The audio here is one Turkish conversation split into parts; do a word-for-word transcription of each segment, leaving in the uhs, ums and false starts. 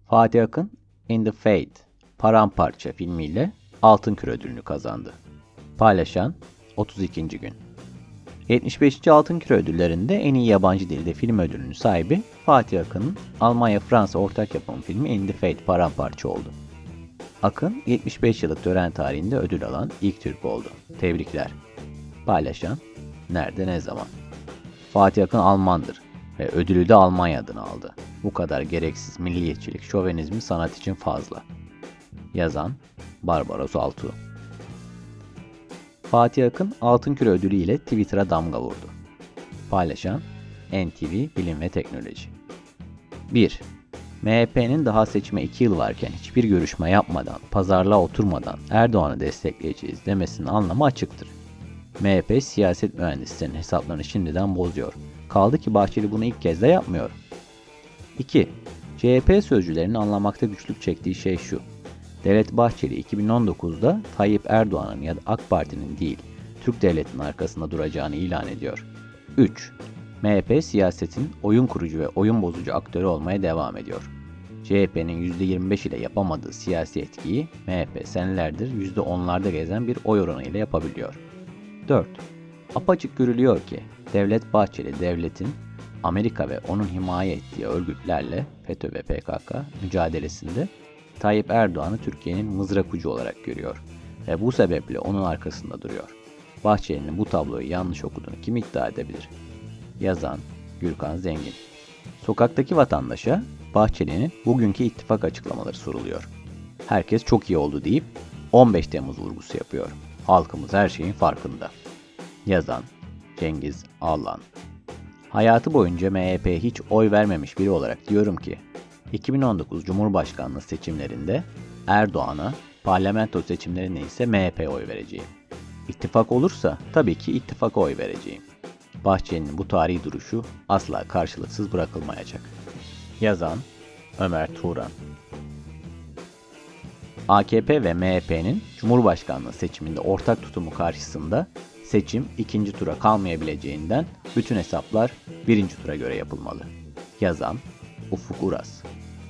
Fatih Akın, In the Fade, Paramparça filmiyle Altın Küre ödülünü kazandı. Paylaşan otuz ikinci gün. yetmiş beşinci Altın Küre ödüllerinde en iyi yabancı dilde film ödülünün sahibi Fatih Akın'ın Almanya-Fransa ortak yapım filmi In the Fade, Paramparça oldu. Akın, yetmiş beş yıllık tören tarihinde ödül alan ilk Türk oldu. Tebrikler. Paylaşan, nerede ne zaman? Fatih Akın Almandır ve ödülü de Almanya adına aldı. Bu kadar gereksiz milliyetçilik, şovenizmi sanat için fazla. Yazan, Barbaros Altuğ. Fatih Akın Altın Küre ödülü ile Twitter'a damga vurdu. Paylaşan, N T V Bilim ve Teknoloji. bir. M H P'nin daha seçime iki yıl varken hiçbir görüşme yapmadan, pazarlığa oturmadan Erdoğan'ı destekleyeceğiz demesinin anlamı açıktır. M H P siyaset mühendislerinin hesaplarını şimdiden bozuyor. Kaldı ki Bahçeli bunu ilk kez de yapmıyor. iki. C H P sözcülerinin anlamakta güçlük çektiği şey şu. Devlet Bahçeli iki bin on dokuzda Tayyip Erdoğan'ın ya da AK Parti'nin değil, Türk devletinin arkasında duracağını ilan ediyor. üç. M H P siyasetin oyun kurucu ve oyun bozucu aktörü olmaya devam ediyor. C H P'nin yüzde yirmi beş ile yapamadığı siyasi etkiyi M H P senelerdir yüzde onlarda gezen bir oy oranı ile yapabiliyor. dört. Apaçık görülüyor ki Devlet Bahçeli devletin Amerika ve onun himaye ettiği örgütlerle FETÖ ve P K K mücadelesinde Tayyip Erdoğan'ı Türkiye'nin mızrak ucu olarak görüyor ve bu sebeple onun arkasında duruyor. Bahçeli'nin bu tabloyu yanlış okuduğunu kim iddia edebilir? Yazan, Gürkan Zengin. Sokaktaki vatandaşa Bahçeli'nin bugünkü ittifak açıklamaları soruluyor. Herkes çok iyi oldu deyip on beş Temmuz vurgusu yapıyor. Halkımız her şeyin farkında. Yazan, Cengiz Allan. Hayatı boyunca M H P'ye hiç oy vermemiş biri olarak diyorum ki, iki bin on dokuz Cumhurbaşkanlığı seçimlerinde Erdoğan'a, parlamento seçimlerinde ise M H P'ye oy vereceğim. İttifak olursa tabii ki ittifaka oy vereceğim. Bahçeli'nin bu tarihi duruşu asla karşılıksız bırakılmayacak. Yazan, Ömer Turan. A K P ve M H P'nin Cumhurbaşkanlığı seçiminde ortak tutumu karşısında seçim ikinci tura kalmayabileceğinden bütün hesaplar birinci tura göre yapılmalı. Yazan, Ufuk Uras.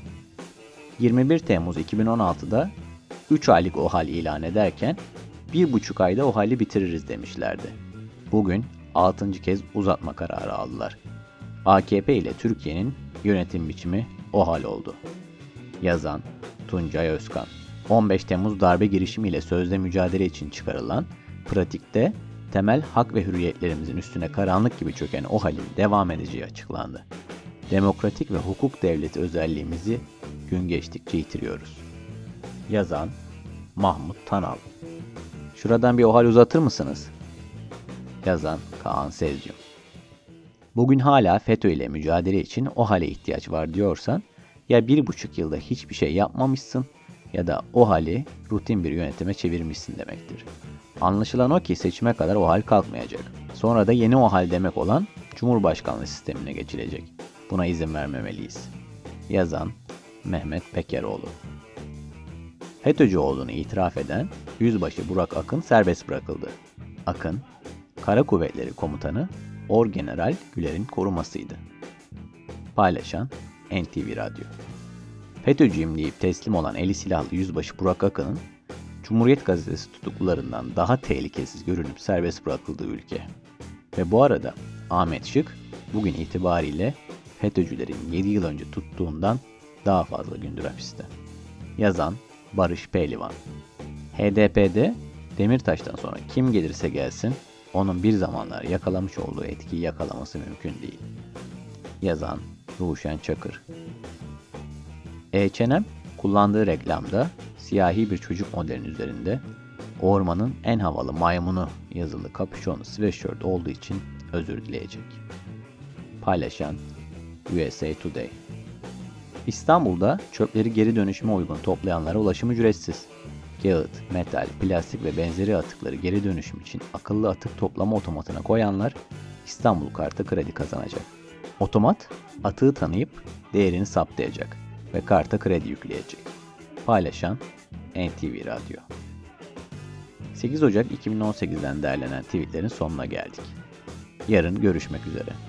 yirmi bir Temmuz iki bin on altıda üç aylık OHAL ilan ederken bir buçuk ayda OHAL'i bitiririz demişlerdi. Bugün altıncı kez uzatma kararı aldılar. A K P ile Türkiye'nin yönetim biçimi OHAL oldu. Yazan, Tuncay Özkan. on beş Temmuz darbe girişimiyle sözde mücadele için çıkarılan, pratikte temel hak ve hürriyetlerimizin üstüne karanlık gibi çöken OHAL'in devam edeceği açıklandı. Demokratik ve hukuk devleti özelliğimizi gün geçtikçe yitiriyoruz. Yazan, Mahmut Tanal. Şuradan bir OHAL uzatır mısınız? Yazan, Kaan Sezcim. Bugün hala FETÖ ile mücadele için OHAL'e ihtiyaç var diyorsan, ya bir buçuk yılda hiçbir şey yapmamışsın ya da OHAL'i rutin bir yönetime çevirmişsin demektir. Anlaşılan o ki seçime kadar OHAL kalkmayacak. Sonra da yeni OHAL demek olan Cumhurbaşkanlığı sistemine geçilecek. Buna izin vermemeliyiz. Yazan, Mehmet Pekeroğlu. FETÖ'cü olduğunu itiraf eden Yüzbaşı Burak Akın serbest bırakıldı. Akın, Kara Kuvvetleri Komutanı Orgeneral Güler'in korumasıydı. Paylaşan, N T V Radyo. FETÖ'cüyüm deyip teslim olan eli silahlı Yüzbaşı Burak Akın'ın Cumhuriyet Gazetesi tutuklularından daha tehlikesiz görünüp serbest bırakıldığı ülke. Ve bu arada Ahmet Şık bugün itibariyle FETÖ'cülerin yedi yıl önce tuttuğundan daha fazla gündür hapiste. Yazan, Barış Pehlivan. H D P'de Demirtaş'tan sonra kim gelirse gelsin onun bir zamanlar yakalamış olduğu etkiyi yakalaması mümkün değil. Yazan, Ruşen Çakır. E H and M kullandığı reklamda siyahi bir çocuk modelinin üzerinde ormanın en havalı maymunu yazılı kapüşonlu sweatshirt olduğu için özür dileyecek. Paylaşan, U S A Today. İstanbul'da çöpleri geri dönüşüme uygun toplayanlara ulaşım ücretsiz. Kağıt, metal, plastik ve benzeri atıkları geri dönüşüm için akıllı atık toplama otomatına koyanlar İstanbul Kart'a kredi kazanacak. Otomat, atığı tanıyıp değerini saptayacak ve karta kredi yükleyecek. Paylaşan, N T V Radyo. sekiz Ocak iki bin on sekizden derlenen tweetlerin sonuna geldik. Yarın görüşmek üzere.